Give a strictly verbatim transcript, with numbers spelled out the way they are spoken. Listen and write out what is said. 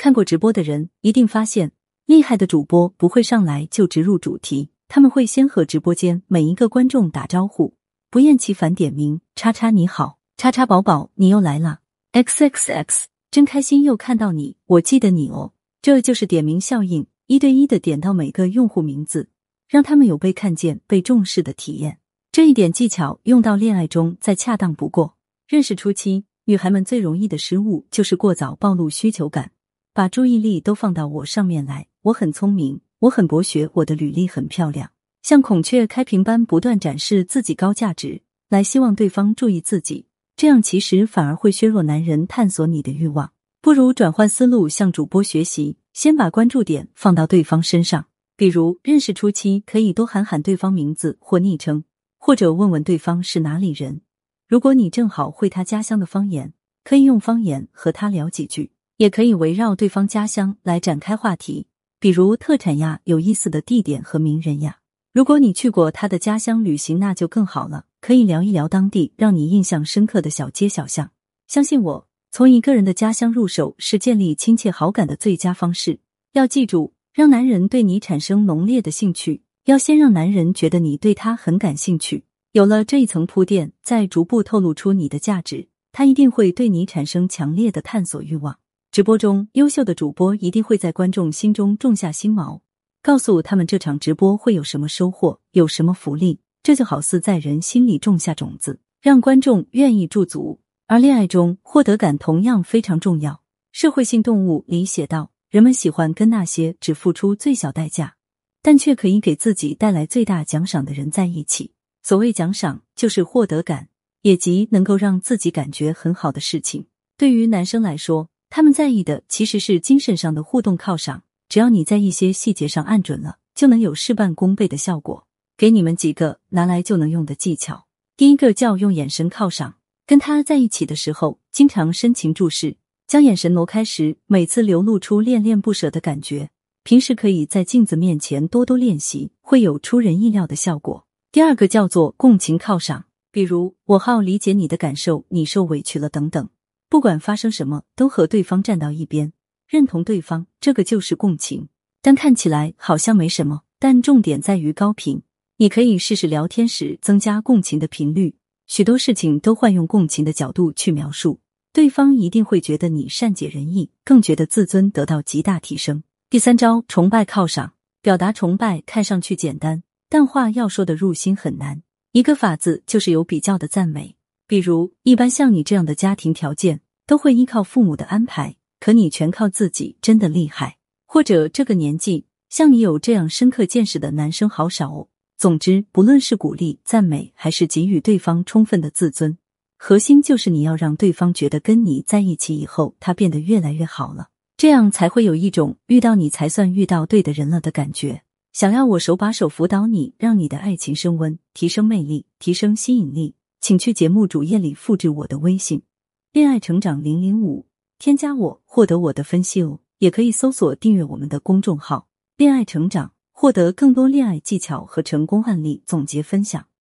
看过直播的人一定发现，厉害的主播不会上来就直入主题，他们会先和直播间每一个观众打招呼，不厌其烦点名，叉叉你好，叉叉宝宝你又来啦 ，X X X 真开心又看到你，我记得你哦。这就是点名效应，一对一的点到每个用户名字，让他们有被看见、被重视的体验。这一点技巧用到恋爱中再恰当不过。认识初期，女孩们最容易的失误就是过早暴露需求感，把注意力都放到我上面来，我很聪明，我很博学，我的履历很漂亮，像孔雀开屏般不断展示自己高价值，来希望对方注意自己，这样其实反而会削弱男人探索你的欲望。不如转换思路，向主播学习，先把关注点放到对方身上。比如认识初期可以多喊喊对方名字或昵称，或者问问对方是哪里人。如果你正好会他家乡的方言，可以用方言和他聊几句，也可以围绕对方家乡来展开话题，比如特产呀、有意思的地点和名人呀。如果你去过他的家乡旅行，那就更好了，可以聊一聊当地让你印象深刻的小街小巷。相信我，从一个人的家乡入手是建立亲切好感的最佳方式。要记住，让男人对你产生浓烈的兴趣，要先让男人觉得你对他很感兴趣。有了这一层铺垫，再逐步透露出你的价值，他一定会对你产生强烈的探索欲望。直播中，优秀的主播一定会在观众心中种下心锚，告诉他们这场直播会有什么收获，有什么福利，这就好似在人心里种下种子，让观众愿意驻足。而恋爱中，获得感同样非常重要。社会性动物里写道，人们喜欢跟那些只付出最小代价，但却可以给自己带来最大奖赏的人在一起。所谓奖赏，就是获得感，也即能够让自己感觉很好的事情。对于男生来说，他们在意的其实是精神上的互动犒赏，只要你在一些细节上按准了，就能有事半功倍的效果。给你们几个拿来就能用的技巧。第一个叫用眼神犒赏。跟他在一起的时候，经常深情注视，将眼神挪开时，每次流露出恋恋不舍的感觉。平时可以在镜子面前多多练习，会有出人意料的效果。第二个叫做共情犒赏，比如我好理解你的感受，你受委屈了等等。不管发生什么，都和对方站到一边，认同对方，这个就是共情。但看起来好像没什么，但重点在于高频。你可以试试聊天时增加共情的频率，许多事情都换用共情的角度去描述，对方一定会觉得你善解人意，更觉得自尊得到极大提升。第三招，崇拜犒赏。表达崇拜看上去简单，但话要说得入心很难。一个法子就是有比较的赞美，比如一般像你这样的家庭条件，都会依靠父母的安排，可你全靠自己，真的厉害。或者这个年纪，像你有这样深刻见识的男生好少哦。总之，不论是鼓励、赞美，还是给予对方充分的自尊，核心就是你要让对方觉得跟你在一起以后，他变得越来越好了，这样才会有一种遇到你才算遇到对的人了的感觉。想要我手把手辅导你，让你的爱情升温，提升魅力，提升吸引力，请去节目主页里复制我的微信恋爱成长零零五，添加我获得我的分析哦。也可以搜索订阅我们的公众号恋爱成长，获得更多恋爱技巧和成功案例总结分享。